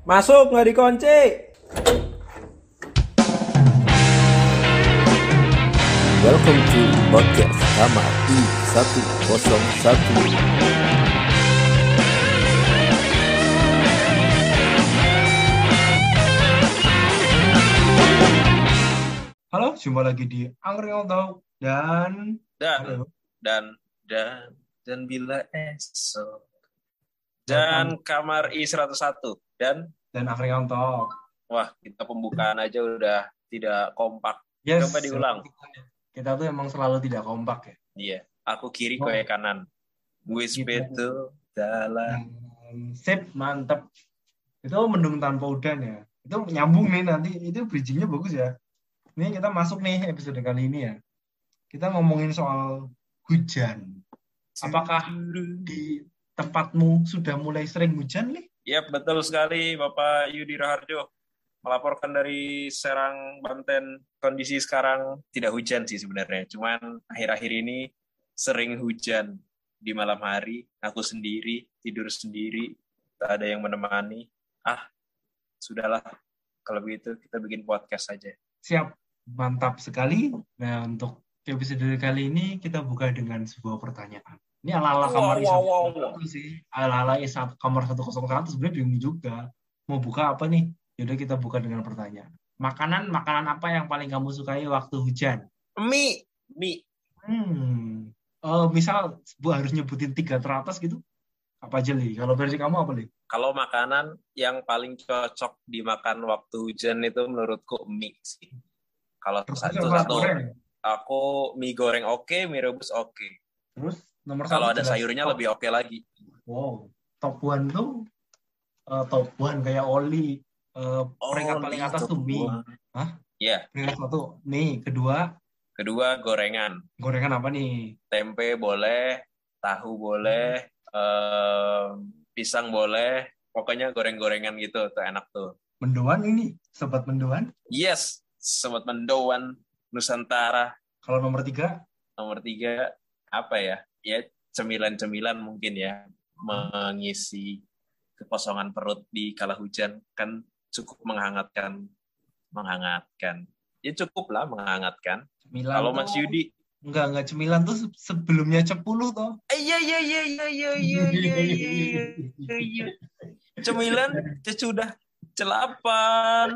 Masuk nggak dikunci. Welcome to podcast Kamar I101. Halo, jumpa lagi di Angrial Talk dan halo. dan bila esok dan kamar I101 dan Angrial Talk. wah, kita pembukaan aja udah tidak kompak. Yes, Coba diulang. Kita tuh emang selalu tidak kompak ya. Iya, aku kiri kowe kanan. Gue sepatu dalam. Sip, mantep. Itu mendung tanpa udan ya. Itu nyambung nih nanti. Itu bridgingnya bagus ya. Ini kita masuk nih episode kali ini ya. Kita ngomongin soal hujan. Apakah di tempatmu sudah mulai sering hujan nih? Yap, betul sekali Bapak Yudi Raharjo. Melaporkan dari Serang, Banten. Kondisi sekarang tidak hujan sih sebenarnya. Cuman akhir-akhir ini sering hujan di malam hari. Aku sendiri, tidur sendiri. Tak ada yang menemani. Sudahlah. Kalau begitu kita bikin podcast saja. Siap, mantap sekali. Nah, untuk episode kali ini kita buka dengan sebuah pertanyaan. Ini ala-ala kamar I101 sih. Ala-ala kamar 101 sebenarnya bingung juga. Mau buka apa nih? Yaudah kita buka dengan pertanyaan. Makanan apa yang paling kamu sukai waktu hujan? Mie. Misal harus nyebutin 3 teratas gitu. Apa aja Li? Kalau versi kamu apa Li? Kalau makanan yang paling cocok dimakan waktu hujan itu menurutku mie sih. Kalau satu, aku mie goreng oke, mie rebus oke. Terus nomor kalau ada jelas, sayurnya lebih oke lagi. Wow, top 1 tuh top 1 kayak Oli. Peringkat paling atas tuh mie. Hah? Iya. Peringkat 1 mie, kedua gorengan. Gorengan apa nih? Tempe boleh, tahu boleh, pisang boleh, pokoknya goreng-gorengan gitu, tuh enak tuh. Mendoan ini, sobat mendoan? Yes, sobat mendoan Nusantara. Kalau nomor 3? Nomor 3 apa ya? Ya cemilan-cemilan mungkin ya, mengisi kekosongan perut di kala hujan kan cukup menghangatkan. Ya cukup lah menghangatkan. Cemilan kalau Mas Yudi enggak cemilan tuh sebelumnya cepuluh toh. Iya. Cemilan sudah celapan.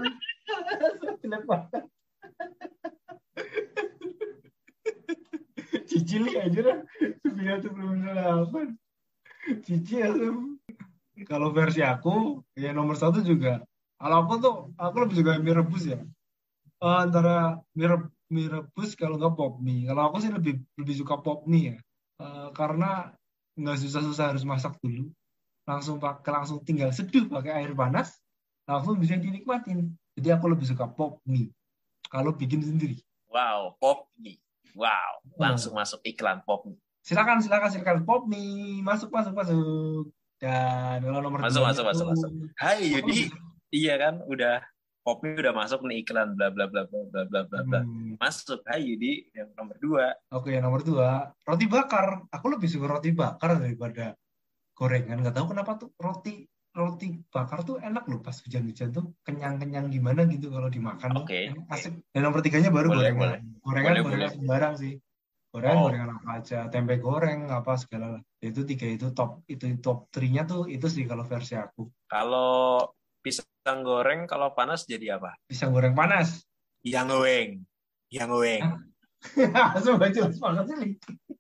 Cicil aja lah. Sebelum celapan. Cicil. Kalau versi aku, ya nomor 1 juga. Kalau aku lebih suka mie rebus ya. Antara mie rebus kalau nggak pop mie. Kalau aku sih lebih suka pop mie ya. Karena nggak susah-susah harus masak dulu. Langsung tinggal seduh pakai air panas, langsung bisa dinikmatin. Jadi aku lebih suka pop mie kalau bikin sendiri. Wow, pop mie. Wow, langsung masuk iklan pop mie. Silakan pop mie, masuk. Dan kalau nomor masuk. Hai Yudi, iya kan, udah pop mie udah masuk nih iklan bla bla bla bla bla bla bla. Masuk. Hai Yudi, yang nomor 2. Oke, yang nomor 2, roti bakar. Aku lebih suka roti bakar daripada gorengan. Nggak tahu kenapa tuh roti bakar tuh enak loh pas hujan-hujan tuh, kenyang gimana gitu kalau dimakan. Oke. Asik. Dan nomor 3-nya baru boleh. Gorengan sembarang sih. Gorengan apa aja, tempe goreng apa segala lah. Itu 3 itu top 3-nya tuh itu sih kalau versi aku. Kalau pisang goreng kalau panas jadi apa? Pisang goreng panas. Yang goreng. Coba jelas banget sih.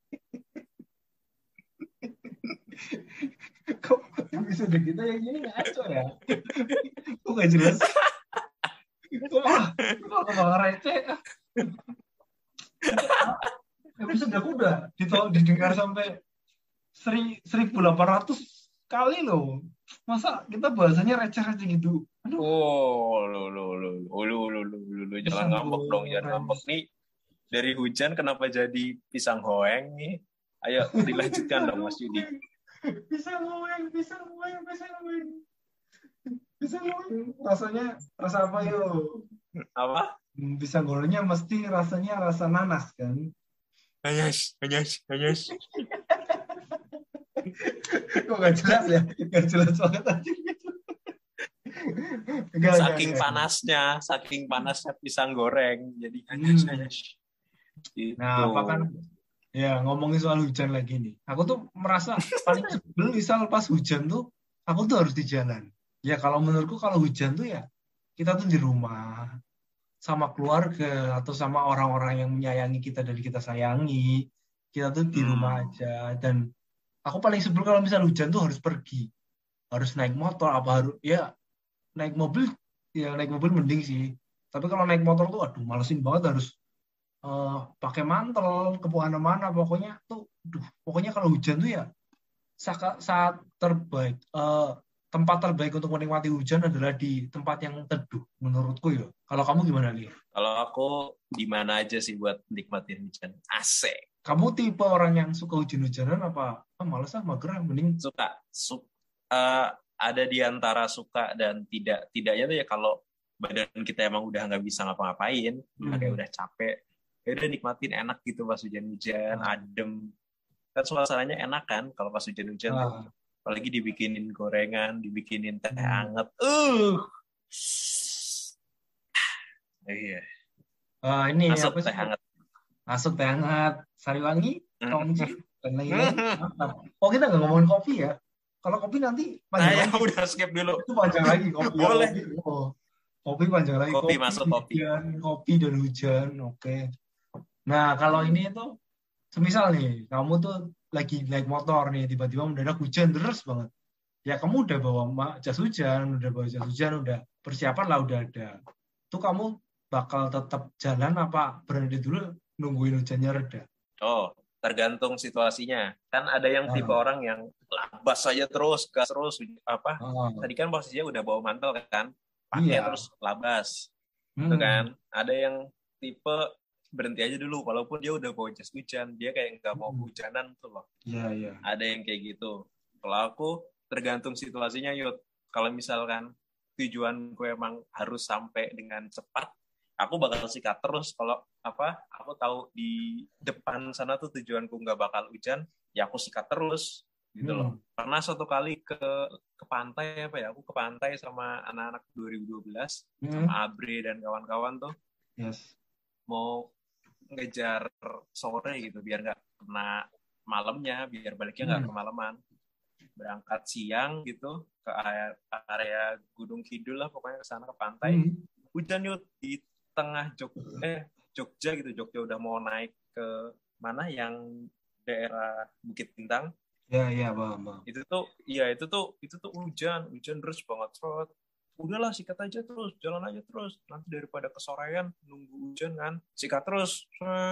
Kok episode kita yang ini ngaco ya? Kok gak jelas? Kok malah receh? Episode aku udah didengar sampai 1.800 kali loh. Masa kita bahasanya receh-receh gitu? Aduh. Lu jangan ngambek dong, jangan ngambek nih. Dari hujan kenapa jadi pisang hoeng nih? Ayo dilanjutkan dong Mas Yudi. Pisang hoeng. Rasanya rasa apa yo? Apa? Pisang gorengnya mesti rasanya rasa nanas kan? Anyas. Kok gak jelas ya? Gak jelas banget aja. Saking panasnya pisang goreng jadi gitu. Nah, apa kan ya ngomongin soal hujan lagi nih. Aku tuh merasa paling sebel misal pas hujan tuh aku tuh harus di jalan. Ya kalau menurutku kalau hujan tuh ya kita tuh di rumah sama keluarga atau sama orang-orang yang menyayangi kita dan kita sayangi. Kita tuh di rumah aja dan aku paling sebel kalau misal hujan tuh harus pergi. Harus naik motor apa harus ya naik mobil mending sih. Tapi kalau naik motor tuh aduh malesin banget harus pakai mantel ke mana-mana pokoknya kalau hujan tuh ya saat terbaik tempat terbaik untuk menikmati hujan adalah di tempat yang teduh menurutku ya. Kalau kamu gimana nih? Kalau aku di mana aja sih buat nikmatin hujan. Asik. Kamu tipe orang yang suka hujan-hujanan apa? Males mager mending suka. Ada di antara suka dan tidaknya tuh ya kalau badan kita emang udah nggak bisa ngapa-ngapain, udah capek, ya udah nikmatin enak gitu pas hujan-hujan, adem. Kan suasananya enak kan kalau pas hujan-hujan tuh. Apalagi dibikinin gorengan, dibikinin teh hangat. Iya. Ini masuk apa sih? Teh hangat. Masuk teh hangat, Sariwangi, Tongji, dan lain-lain. Oh, kita nggak ngomongin kopi ya? Kalau kopi nanti panjang lagi. Udah skip dulu. Itu panjang lagi kopi. Boleh. Kopi panjang lagi. Kopi masuk kopi. Kopi dan hujan, oke. Nah, kalau ini tuh, semisal nih, kamu tuh lagi naik motor nih, tiba-tiba mendadak hujan deras banget. Ya kamu udah bawa jas hujan, udah persiapan lah udah ada. Tuh kamu bakal tetap jalan apa berhenti dulu nungguin hujannya reda? Oh, tergantung situasinya. Kan ada yang tipe orang yang labas aja terus, gas terus apa? Tadi kan posisinya udah bawa mantel kan, pakai terus labas. Itu kan. Ada yang tipe berhenti aja dulu walaupun dia udah bawa jas hujan, dia kayak nggak mau hujanan tuh loh. Iya. Ada yang kayak gitu. Kalau aku tergantung situasinya, Yud. Kalau misalkan tujuanku emang harus sampai dengan cepat, aku bakal sikat terus. Kalau aku tahu di depan sana tuh tujuanku nggak bakal hujan, ya aku sikat terus gitu loh. Pernah suatu kali ke pantai aku ke pantai sama anak-anak 2012 sama Abre dan kawan-kawan tuh. Yes. Mau ngejar sore gitu biar nggak kena malamnya, biar baliknya nggak kemalaman. Berangkat siang gitu ke area Gunung Kidul lah, pokoknya ke sana ke pantai. Hujan Yud di tengah Jogja gitu. Jogja udah mau naik ke mana yang daerah Bukit Bintang. Iya, Bang. Itu tuh hujan deras banget. Udahlah sikat aja terus, jalan aja terus. Nanti daripada kesorean nunggu hujan kan, sikat terus.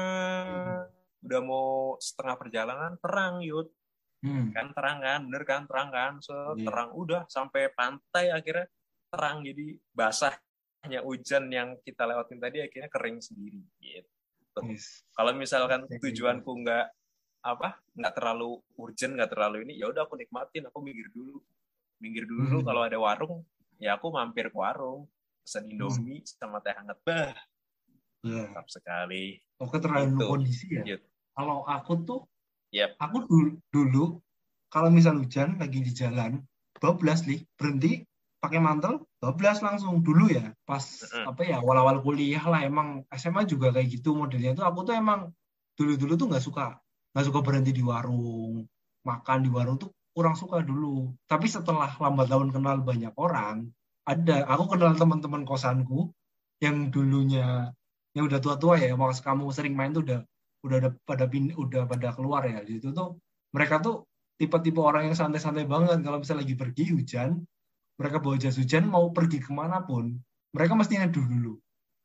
Udah mau setengah perjalanan terang Yud. Kan terang kan, bener kan, terang kan. Terang udah sampai pantai akhirnya terang, jadi basahnya hujan yang kita lewatin tadi akhirnya kering sendiri gitu. Kalau misalkan tujuanku nggak terlalu urgent, nggak terlalu ini, ya udah aku nikmatin, aku minggir dulu. Kalau ada warung ya aku mampir ke warung, pesen Indomie sama teh hangat. Mantap sekali. Oke, tergantung kondisi ya. Kalau aku tuh aku dulu kalau misal hujan lagi di jalan, bablas berhenti pakai mantel, bablas langsung dulu ya. Pas awal-awal kuliah lah, emang SMA juga kayak gitu modelnya tuh. Aku tuh emang dulu tuh nggak suka berhenti di warung, makan di warung tuh kurang suka dulu. Tapi setelah lambat laun kenal banyak orang, aku kenal teman-teman kosanku yang dulunya yang udah tua-tua ya, pas kamu sering main tuh udah pada keluar ya. Di situ tuh mereka tuh tipe-tipe orang yang santai-santai banget. Kalau misalnya lagi pergi hujan, mereka bawa jas hujan mau pergi kemanapun, mereka mesti neduh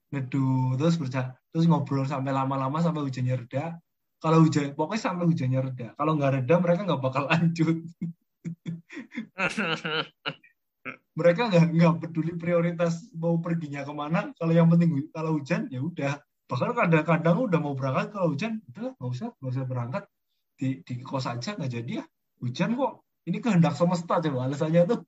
terus ngobrol sampai lama-lama sampai hujannya reda. Kalau pokoknya sampai hujannya reda. Kalau nggak reda mereka nggak bakal lanjut. Mereka nggak peduli prioritas mau perginya kemana. Kalau yang penting kalau hujan ya udah. Bahkan kadang-kadang udah mau berangkat, kalau hujan udah nggak usah berangkat, di kos aja, nggak jadi ya hujan kok. Ini kehendak semesta coba alasannya tuh.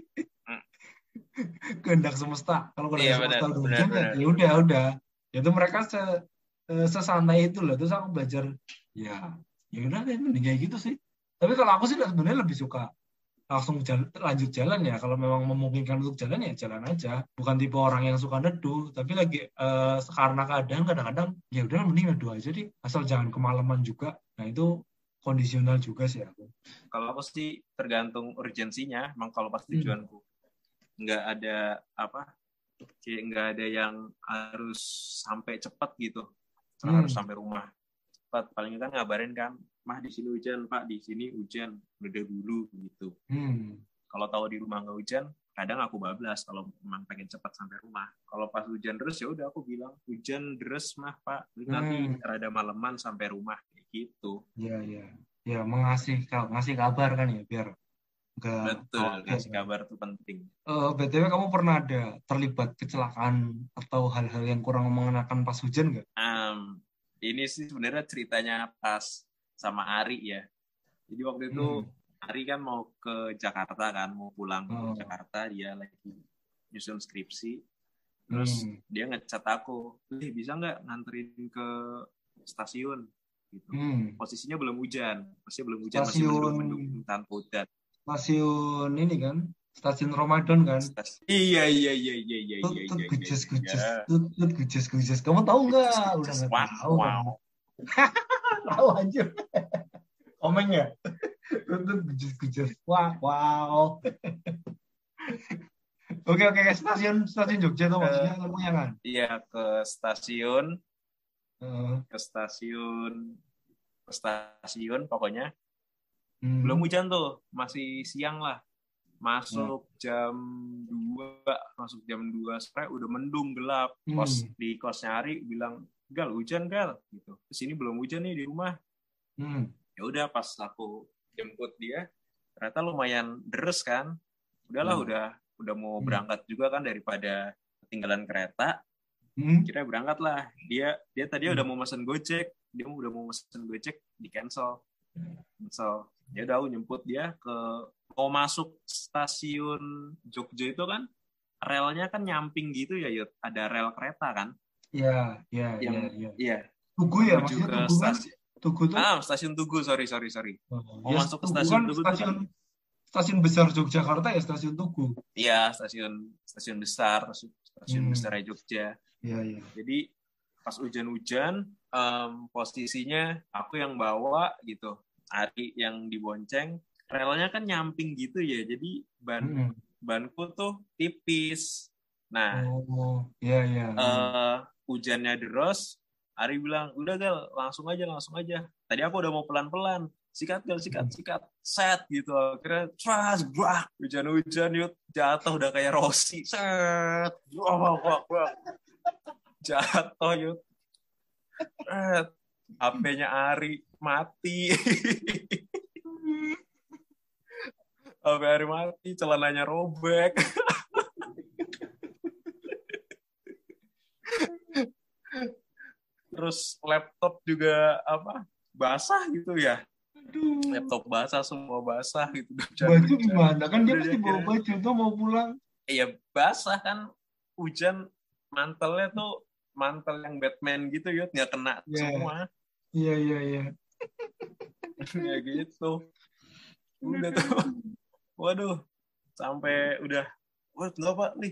Kehendak semesta. Kalau semesta hujan ya udah. Itu mereka sesantai itu loh. Terus aku belajar ya udah deh mending kayak gitu sih. Tapi kalau aku sih sebenarnya lebih suka langsung lanjut jalan ya. Kalau memang memungkinkan untuk jalan ya jalan aja. Bukan tipe orang yang suka neduh, tapi lagi karena keadaan kadang-kadang ya udah mending neduh aja deh, asal jangan kemalaman juga. Nah itu kondisional juga sih aku. Kalau aku sih tergantung urgensinya. Emang kalau pas tujuanku nggak ada kayak nggak ada yang harus sampai cepat gitu. Harus sampai rumah cepat. Paling kan ngabarin kan, mah di sini hujan, Pak, di sini hujan, udah dulu gitu. Kalau tahu di rumah nggak hujan, kadang aku bablas kalau memang pengen cepat sampai rumah. Kalau pas hujan deras ya udah aku bilang hujan deras mah Pak, nanti rada maleman sampai rumah kayak gitu. Iya. Ya ngasih kabar kan ya biar nggak. Betul, ngasih kabar itu penting. BTW kamu pernah ada terlibat kecelakaan atau hal-hal yang kurang mengenakan pas hujan nggak? Ini sih sebenarnya ceritanya pas sama Ari ya. Jadi waktu itu Ari kan mau ke Jakarta kan, mau pulang ke Jakarta, dia lagi nyusun skripsi. Terus dia ngechat aku, bisa nggak nganterin ke stasiun? Gitu. Posisinya belum hujan, masih mendung tanpa hujan. Stasiun ini kan, stasiun Ramadan kan? Iya. Tut gujes. Kamu tahu nggak? Udah nggak tahu. Wow. Tahu aja. Komen ya. Tut gujes. Wow. Oke. Stasiun Jogja tuh maksudnya Lamongan. Iya, ke stasiun pokoknya. Belum hujan tuh, masih siang lah. Masuk jam 2 sore udah mendung gelap. Di kosnya Ari bilang, "Gal, hujan Gal." Gitu. Kesini belum hujan nih di rumah. Ya udah pas aku jemput dia, ternyata lumayan deres kan. Udahlah udah mau berangkat juga kan daripada ketinggalan kereta. Kira berangkat lah. Dia tadi udah mau mesen Gojek. Di cancel. Ya udah aku nyemput dia mau masuk stasiun Jogja itu kan relnya kan nyamping gitu ya, Yud. Ada rel kereta kan? Iya. Tugu ya maksudnya Tugu kan? Tugu tuh? Stasiun Tugu, sorry. Mau masuk ke stasiun Tugu kan stasiun besar Yogyakarta ya, stasiun Tugu. Iya, stasiun besar, stasiun besar Jogja. Iya. Jadi pas hujan-hujan, posisinya aku yang bawa gitu, Ari yang dibonceng, relnya kan nyamping gitu ya, jadi banku tuh tipis. Nah, hujannya deras, Ari bilang, udah Gal, langsung aja. Tadi aku udah mau pelan-pelan, sikat set gitu. Akhirnya hujan yuk, jatuh udah kayak Rossi, set, jatuh yuk. HP-nya Ari mati. HP Ari mati, celananya robek. Terus laptop juga basah gitu ya. Laptop basah, semua basah gitu. Baju gimana? Kan dia mesti bawa baju tuh mau pulang. Iya basah kan, hujan, mantelnya tuh mantel yang Batman gitu ya, nggak kena semua. Iya. Ya gitu. Udah tuh. Waduh. Sampai udah. Wah, nggak apa, Ri.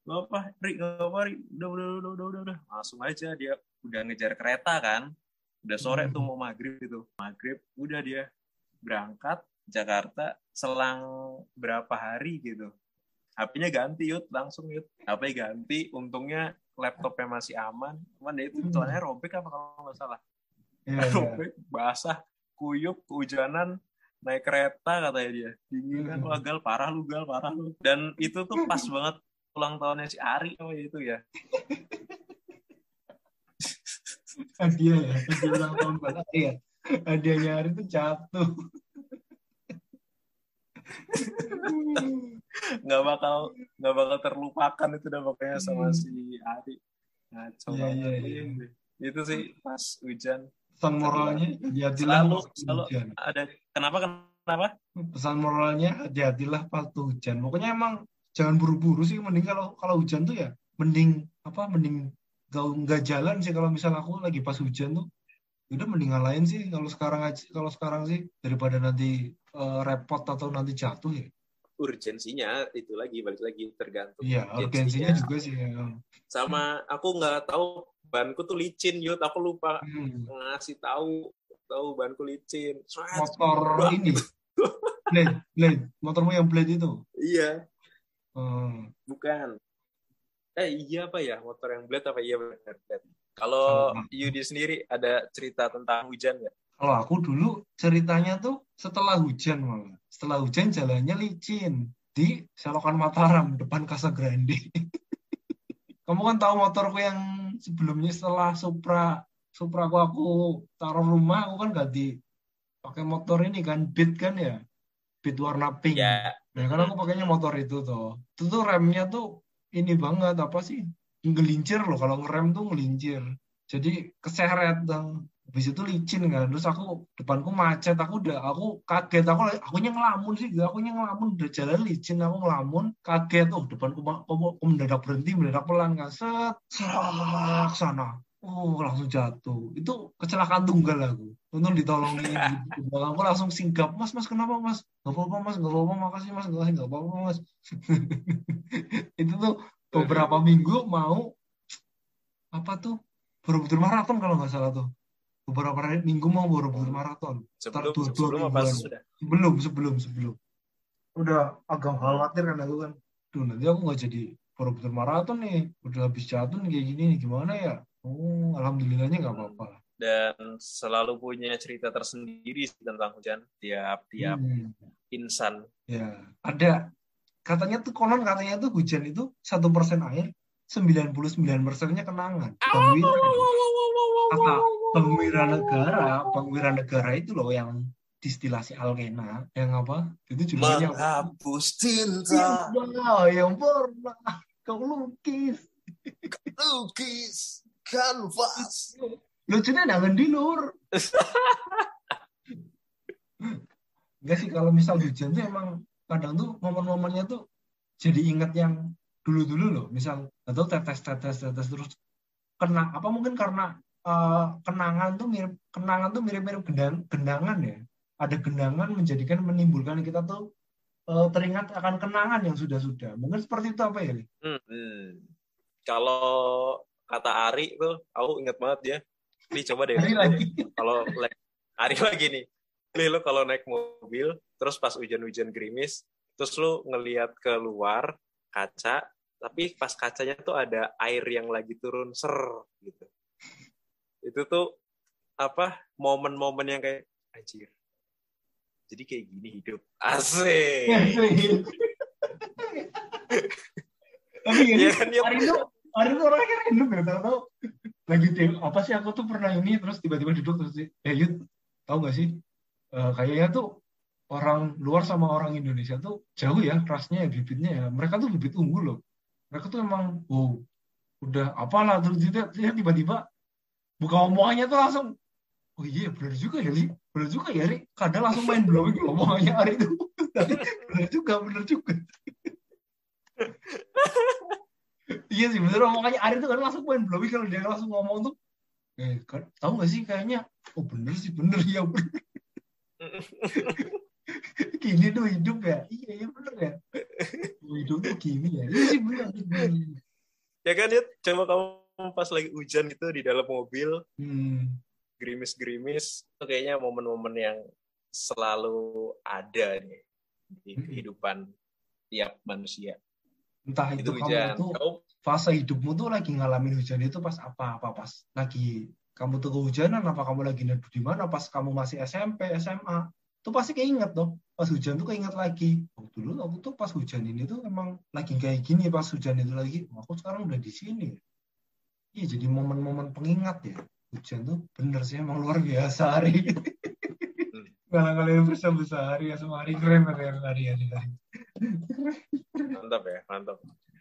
Udah. Langsung aja dia udah ngejar kereta kan. Udah sore tuh mau maghrib gitu. Udah dia berangkat Jakarta selang berapa hari gitu. HP-nya ganti langsung HP ganti, untungnya laptopnya masih aman, cuman dia itu celananya robek apa kalau nggak salah. Robek, basah, kuyup, kehujanan, naik kereta katanya dia. Dingin kan, wah Gal, parah lu. Dan itu tuh pas banget ulang tahunnya si Ari itu ya. Hadiah ulang tahun banget ya. Hadiahnya Ari tuh jatuh. nggak bakal terlupakan itu udah pokoknya sama si Ari. Ngaco banget. Itu sih pas hujan. Pesan moralnya selalu ada. Kenapa? Pesan moralnya hati-hatilah pas hujan. Pokoknya emang jangan buru-buru sih. Mending kalau hujan tuh ya mending nggak jalan sih. Kalau misal aku lagi pas hujan tuh, udah mending ngalahin sih. Kalau sekarang sih daripada nanti repot atau nanti jatuh ya. urgensinya itu lagi balik lagi tergantung Iya, urgensinya juga sih. Ya. Sama aku nggak tahu banku tuh licin, Yud. Aku lupa ngasih tahu banku licin. Motor ini, blade, motormu yang blade itu? Iya. Bukan. Iya apa ya, motor yang blade apa? Iya benar. Kalau Yudi sendiri ada cerita tentang hujan nggak? Kalau aku dulu ceritanya tuh setelah hujan malah. Setelah hujan jalannya licin di Selokan Mataram depan Casa Grande. Kamu kan tahu motorku yang sebelumnya setelah Supra aku taruh rumah, aku kan ganti pakai motor ini kan Beat kan ya, Beat warna pink. Ya. Nah kan aku pakainya motor itu tuh. Itu tuh remnya tuh ini banget apa sih? Ngelincir loh, kalau ngerem tuh ngelincir. Jadi keseret dong. Habis itu licin kan, terus aku depanku macet, aku kaget, aku ngelamun sih, aku ngelamun udah jalan licin, aku ngelamun kaget, depanku mendadak berhenti, mendadak pelan kan, serak sana, langsung jatuh, itu kecelakaan tunggal aku, untung ditolongin, aku langsung singgap, mas kenapa mas, nggak apa-apa makasih mas, nggak apa-apa mas, itu tuh beberapa minggu mau apa tuh Borobudur Marathon kalau nggak salah tuh. Beberapa minggu mau Borobudur Marathon. Sebelum apa sudah? Sebelum. Udah agak khawatir kan aku kan. Duh, nanti aku nggak jadi Borobudur Marathon nih. Udah habis jatuh nih kayak gini nih. Gimana ya? Alhamdulillahnya nggak apa-apa. Dan selalu punya cerita tersendiri tentang hujan. Tiap insan. Ya, ada. Katanya tuh hujan itu 1% air, 99%-nya kenangan. Kata Bang Wiranegara itu loh yang distilasi alkena, yang apa? Itu judulnya menghapus cinta yang pernah kau lukis kanvas. Lucunya nangan di lur. Enggak sih, kalau misal hujan tuh emang kadang tuh momen-momennya tuh jadi inget yang dulu-dulu loh. Misal atau tetes terus kena apa, mungkin karena kenangan tuh mirip-mirip gendangan ya. Ada gendangan menimbulkan kita tuh teringat akan kenangan yang sudah-sudah. Mungkin seperti itu apa ya? Kalau kata Ari tuh, aku ingat banget ya. Nih coba deh. Kalau Ari lagi nih. Nih lo kalau naik mobil, terus pas hujan-hujan gerimis, terus lo ngelihat keluar kaca, tapi pas kacanya tuh ada air yang lagi turun gitu. Itu tuh apa, momen-momen yang kayak anjir. Jadi kayak gini hidup. Asik. Tapi ya kan, hari itu orangnya random ya, tahu lagi apa sih, aku tuh pernah ini terus tiba-tiba duduk terus Yud, tahu nggak sih kayaknya tuh orang luar sama orang Indonesia tuh jauh ya rasnya ya, bibitnya ya, mereka tuh bibit unggul loh, mereka tuh emang udah apalah, terus dia tiba-tiba buka omongannya tuh langsung, oh iya benar juga ya Ri, kadang langsung main blowing omongannya hari itu. Tapi benar juga. Iya sih bener, omongannya Ari tuh kan langsung main blowing kalau dia langsung ngomong tuh, kan, tahu nggak sih kayaknya, bener ya bener. Gini tuh hidup ya, iya bener ya, hidup tuh gini ya, iya sih bener. Ya kan ya, coba kamu pas lagi hujan itu di dalam mobil, gerimis-gerimis, itu kayaknya momen-momen yang selalu ada nih di kehidupan tiap manusia. Entah itu kamu tuh fase hidupmu tuh lagi ngalamin hujan itu pas apa pas lagi kamu tuh kehujanan, apa kamu lagi neduh di mana, pas kamu masih SMP, SMA, tuh pasti keinget tuh, pas hujan tuh keinget lagi, dulu aku tuh pas hujan ini tuh emang lagi kayak gini, pas hujan itu lagi, aku sekarang udah di sini. Iya, jadi momen-momen pengingat ya. Hujan tuh bener sih emang luar biasa hari. Ngalang-ngalangin besar ya, semua hari keren hari. Mantap.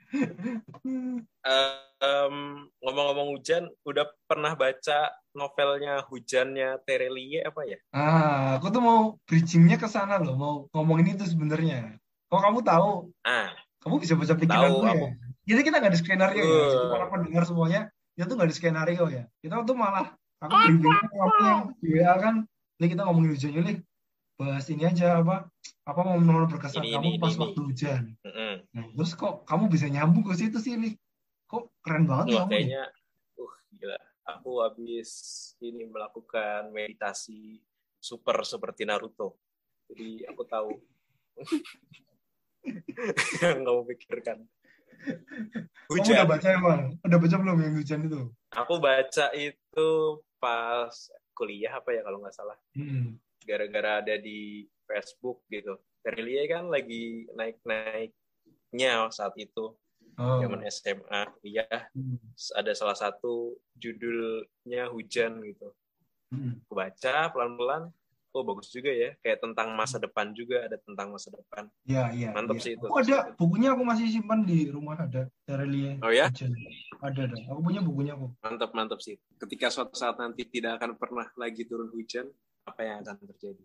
Ngomong-ngomong hujan, udah pernah baca novelnya Hujannya Terelie apa ya? Aku tuh mau bridgingnya ke sana loh, mau ngomongin itu sebenarnya. Kok kamu tahu? Kamu bisa baca pikiranku ya? Jadi kita nggak di skenario ya, jadi para pendengar semuanya, kita tuh nggak di skenario ya. Kita tuh malah, aku briefingnya ngomong yang di WA kan, nih kita ngomongin hujan ini. bahas ini aja apa momen-momen berkesan kamu pas Ini. waktu hujan. Mm-mm. Nah, terus kok kamu bisa nyambung ke situ sih, Li? Kok keren banget nih Wah, kamu nih. kayaknya gila. Aku habis ini melakukan meditasi super seperti Naruto. Jadi aku tahu yang kamu pikirkan. Kamu Hujan. udah baca emang? Udah baca belum yang hujan itu? Aku baca itu pas kuliah apa ya kalau nggak salah. Gara-gara ada di Facebook gitu. Terelie kan lagi naik-naiknya saat itu. Zaman SMA kuliah ada salah satu judulnya hujan gitu. Aku baca pelan-pelan, bagus juga ya, kayak tentang masa depan juga, ada tentang masa depan. Iya. Mantap sih itu. Aku ada bukunya, aku masih simpan di rumah, ada Terelie. Oh ya? Hujan. Ada. Aku punya bukunya aku. Mantap sih. Ketika suatu saat nanti tidak akan pernah lagi turun hujan, apa yang akan terjadi?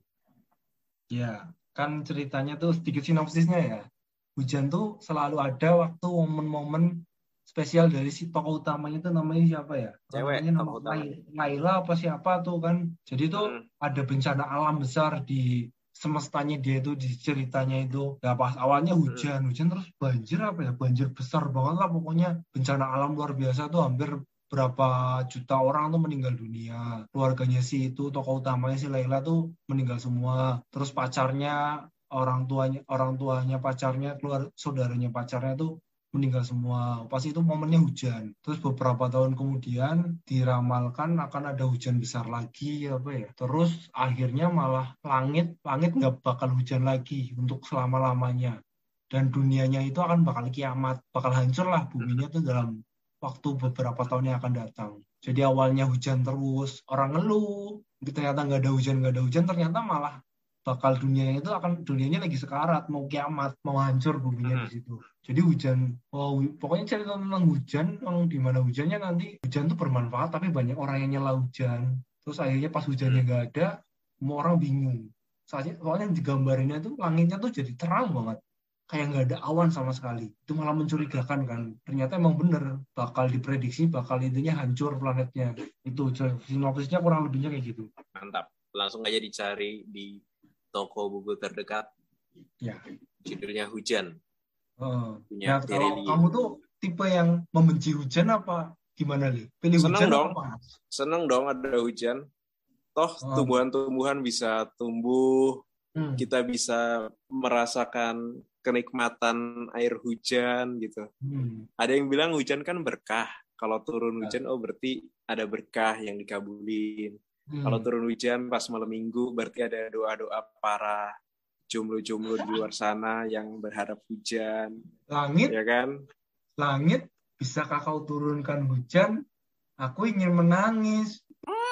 Ya, kan ceritanya tuh sedikit sinopsisnya ya. Hujan tuh selalu ada waktu momen-momen spesial dari si tokoh utamanya tuh namanya siapa ya? Cewek, namanya tokoh utama. Laila apa siapa tuh kan. Jadi tuh ada bencana alam besar di semestanya dia itu, di ceritanya itu. Ya pas awalnya hujan terus banjir apa ya? Banjir besar banget lah pokoknya. Bencana alam luar biasa tuh, hampir berapa juta orang tuh meninggal dunia. Keluarganya si itu, tokoh utamanya si Laila tuh meninggal semua. Terus pacarnya, orang tuanya pacarnya, saudaranya pacarnya tuh meninggal semua. Pas itu momennya hujan. Terus beberapa tahun kemudian diramalkan akan ada hujan besar lagi apa ya. Terus akhirnya malah langit nggak bakal hujan lagi untuk selama-lamanya. Dan dunianya itu akan bakal kiamat, bakal hancur lah buminya tuh dalam waktu beberapa tahun yang akan datang. Jadi awalnya hujan terus, orang ngeluh, ternyata nggak ada hujan, ternyata malah bakal dunianya lagi sekarat, mau kiamat, mau hancur buminya di situ. Jadi hujan, pokoknya cerita tentang hujan, yang dimana hujannya nanti, hujan tuh bermanfaat, tapi banyak orang yang nyela hujan. Terus akhirnya pas hujannya nggak ada, semua orang bingung. Soalnya digambarinnya tuh langitnya tuh jadi terang banget. Kayak nggak ada awan sama sekali. Itu malah mencurigakan kan. Ternyata emang bener, bakal diprediksi, bakal intinya hancur planetnya. Itu sinopsisnya kurang lebihnya kayak gitu. Mantap. Langsung aja dicari di toko buku terdekat. Ya. Judulnya Hujan. Nah, kalau kamu tuh tipe yang membenci hujan apa gimana, Li? Pilih Seneng hujan dong. apa? Seneng dong ada hujan. Toh tumbuhan-tumbuhan bisa tumbuh. Kita bisa merasakan kenikmatan air hujan gitu. Ada yang bilang hujan kan berkah. Kalau turun hujan, berarti ada berkah yang dikabulin. Kalau turun hujan pas malam minggu, berarti ada doa-doa para jomblo-jomblo di luar sana yang berharap hujan. Langit, ya kan? Langit, bisakah kau turunkan hujan? Aku ingin menangis.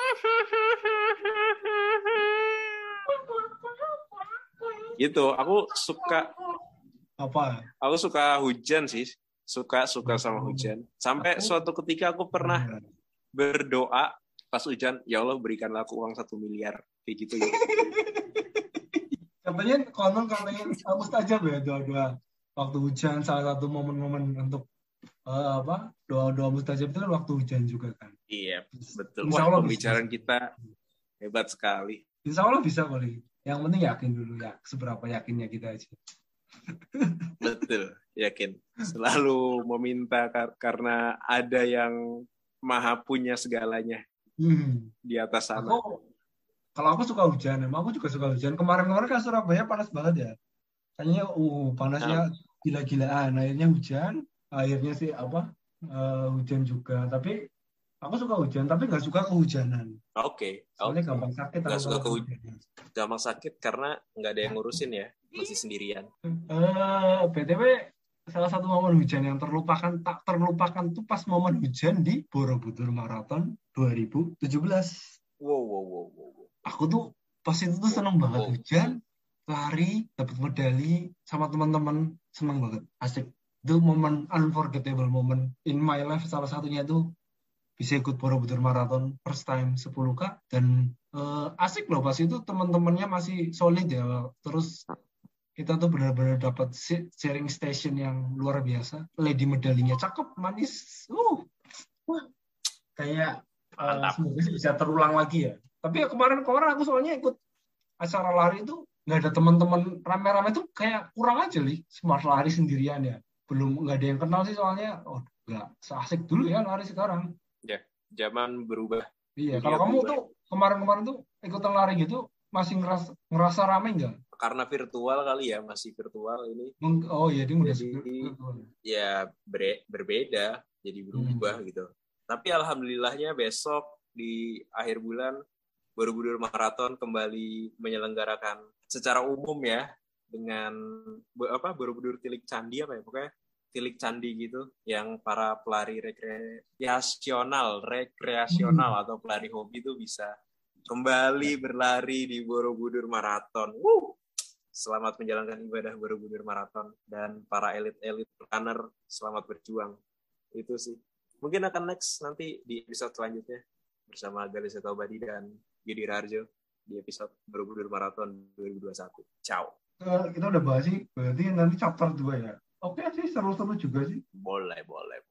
Gitu, aku suka apa? Aku suka hujan sih, suka sama hujan. Sampai suatu ketika aku pernah berdoa pas hujan, ya Allah berikanlah aku uang 1 miliar, kayak gitu. Katanya mustajab ya doa-doa waktu hujan, salah satu momen-momen untuk doa-doa mustajab itu kan waktu hujan juga kan. Iya, betul. Wah, pembicaraan kita hebat sekali. Insya Allah bisa kali. Yang penting yakin dulu ya, seberapa yakinnya kita aja. Betul, yakin. Selalu meminta karena ada yang maha punya segalanya di atas sana. Kalau aku suka hujan, emang aku juga suka hujan. Kemarin kan Surabaya panas banget ya. Kayaknya panasnya gila-gilaan. Akhirnya hujan, akhirnya sih hujan juga. Tapi aku suka hujan, tapi nggak suka kehujanan. Oke. Soalnya gampang sakit. Nggak suka gampang sakit karena nggak ada yang ngurusin ya, masih sendirian. BTW, salah satu momen hujan yang tak terlupakan tuh pas momen hujan di Borobudur Marathon 2017. Wow. Aku tuh pas itu tuh seneng banget hujan, lari, dapat medali sama teman-teman, seneng banget, asik. Itu momen unforgettable moment in my life. Salah satunya tuh bisa ikut Borobudur Marathon first time 10K dan asik loh pas itu, teman-temannya masih solid ya. Terus kita tuh benar-benar dapat sharing station yang luar biasa. Lady medalinya cakep, manis. Kayak semoga sih bisa terulang lagi ya. Tapi kemarin aku soalnya ikut acara lari itu nggak ada teman-teman rame-rame tuh kayak kurang aja li smart lari sendirian ya. Belum nggak ada yang kenal sih soalnya. Oh nggak seasik dulu ya lari sekarang. Ya, zaman berubah, Iya, kalau dunia kamu berubah. tuh kemarin-kemarin tuh ikutan lari gitu masih ngerasa rame nggak? Karena virtual kali ya, masih virtual ini. Oh iya, dia udah Jadi ya berbeda, jadi berubah gitu. Tapi alhamdulillahnya besok di akhir bulan Borobudur Marathon kembali menyelenggarakan secara umum ya dengan Borobudur Tilik Candi apa ya pokoknya Tilik Candi gitu yang para pelari rekreasional atau pelari hobi itu bisa kembali berlari di Borobudur Marathon. Selamat menjalankan ibadah Borobudur Marathon dan para elit runner selamat berjuang. Itu sih. Mungkin akan next nanti di episode selanjutnya bersama Galis Setobadi dan Yudi Raharjo di episode Borobudur Marathon 2021. Ciao. Kita udah bahas sih, berarti nanti chapter 2 ya. Oke sih, seru-seru juga sih. Boleh.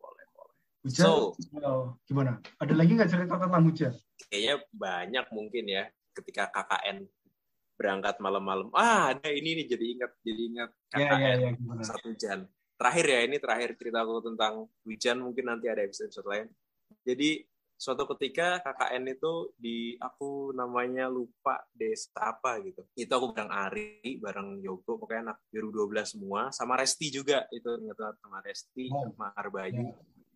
Hujan, gimana? Ada lagi nggak cerita tentang hujan? Kayaknya banyak mungkin ya ketika KKN berangkat malam-malam. Ada ini nih jadi ingat KKN satu hujan. Terakhir cerita aku tentang hujan, mungkin nanti ada episode lain. Jadi suatu ketika KKN itu aku namanya lupa desa apa gitu. Itu aku bareng Yogo, pokoknya anak 2012 semua, sama Resti juga itu ingat sama Resti, sama Arbayu.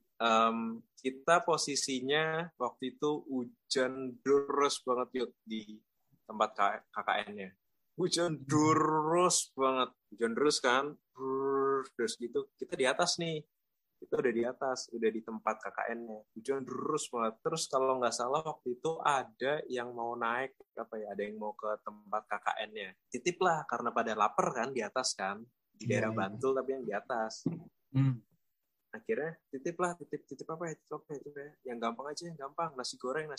Kita posisinya waktu itu hujan deras banget yuk di tempat KKN-nya. Hujan deras banget. Hujan deras kan. Terus gitu. Kita di atas nih. Kita udah di atas. Udah di tempat KKN-nya. Hujan deras banget. Terus kalau nggak salah waktu itu ada yang mau naik. Ada yang mau ke tempat KKN-nya. Titip lah. Karena pada lapar kan di atas kan. Di daerah Bantul tapi yang di atas. Akhirnya titip apa ya? Yang gampang aja, yang gampang. Nasi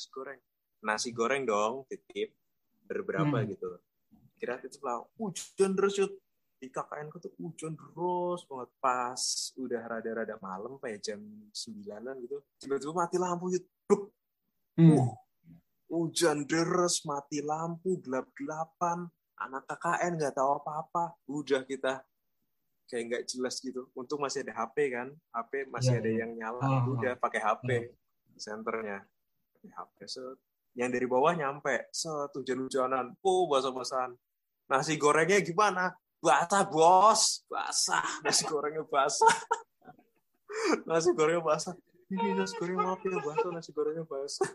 goreng dong, titip. Berberapa gitu. Kira titip lah, hujan deras di KKN ku tuh hujan deras banget. Pas udah rada-rada malam kayak jam 9-an gitu, tiba-tiba mati lampu gitu. Hujan deras, mati lampu, gelap-gelapan, anak KKN nggak tahu apa-apa. Udah kita kayak nggak jelas gitu. Untung masih ada HP kan, HP masih ada yang nyala. Udah pakai HP senternya, pakai HP yang dari bawah nyampe, hujan-hujanan, basah-basahan. Nasi gorengnya gimana? Basah, bos. Basah. Nasi gorengnya basah. Ini nasi goreng maaf ya, basah. Nasi gorengnya basah,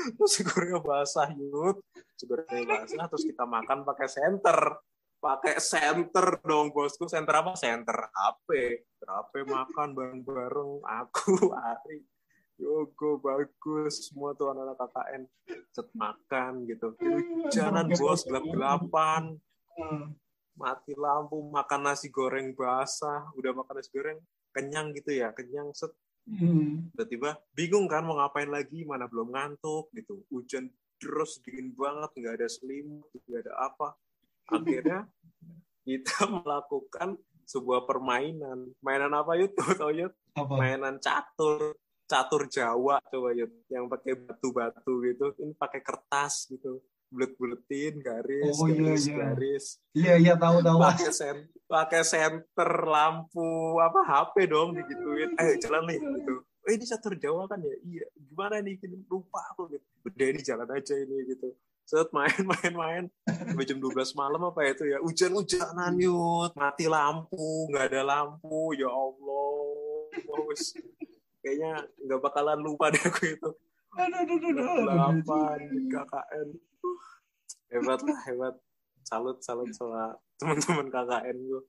Yud. Nasi gorengnya basah, terus kita makan pakai senter. Pakai senter dong, bosku. Senter apa? Senter HP. Makan bareng-bareng. Aku, Ari, Yogo, bagus, semua tuh anak-anak KKN set makan gitu. Hujanan bos, gelap-gelapan, mati lampu, makan nasi goreng basah. Udah makan nasi goreng, kenyang gitu ya, kenyang set. Tiba-tiba bingung kan mau ngapain lagi, mana belum ngantuk gitu. Hujan deras, dingin banget, nggak ada selimut, nggak ada apa. Akhirnya kita melakukan sebuah permainan. Mainan apa Yud? Tahu Yud? Mainan catur Jawa coba Yud, yang pakai batu-batu gitu. Ini pakai kertas gitu, bulet-buletin garis. Iya tahu. Pakai senter, lampu, HP dong digituin. Ayo jalan nih gitu. Ini catur Jawa kan ya? Iya. Gimana nih? Lupa aku gitu. Udah ini jalan aja ini gitu. Set main sampai jam 12 malam apa itu ya, hujan-hujanan Yud, mati lampu, nggak ada lampu, ya Allah. Kayaknya nggak bakalan lupa deh aku itu. Delapan di KKN. Hebat. Salut sama teman-teman KKN gue.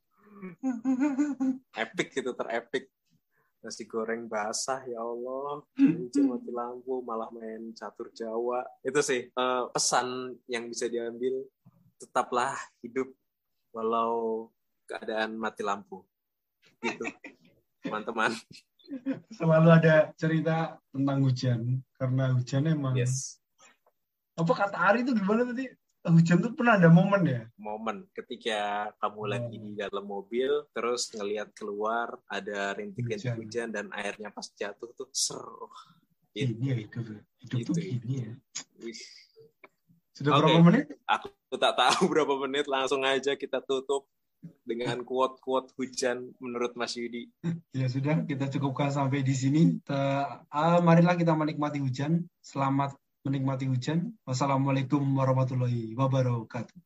Epic gitu, terepik. Nasi goreng basah, ya Allah. Hujan mati lampu, malah main catur Jawa. Itu sih pesan yang bisa diambil. Tetaplah hidup walau keadaan mati lampu. Gitu, teman-teman. Selalu ada cerita tentang hujan. Karena hujan emang... Yes. Apa kata Ari itu gimana tadi? Hujan tuh pernah ada momen ya? Momen ketika kamu lagi di dalam mobil, terus ngelihat keluar ada rintik-rintik hujan dan airnya pas jatuh tuh seru. Ini ya hidup tuh gini ya. Sudah Oke. berapa menit? Aku tak tahu berapa menit, langsung aja kita tutup dengan quote-quote hujan menurut Mas Yudi. Ya sudah, kita cukupkan sampai di sini. Marilah kita menikmati hujan. Selamat menikmati hujan. Wassalamualaikum warahmatullahi wabarakatuh.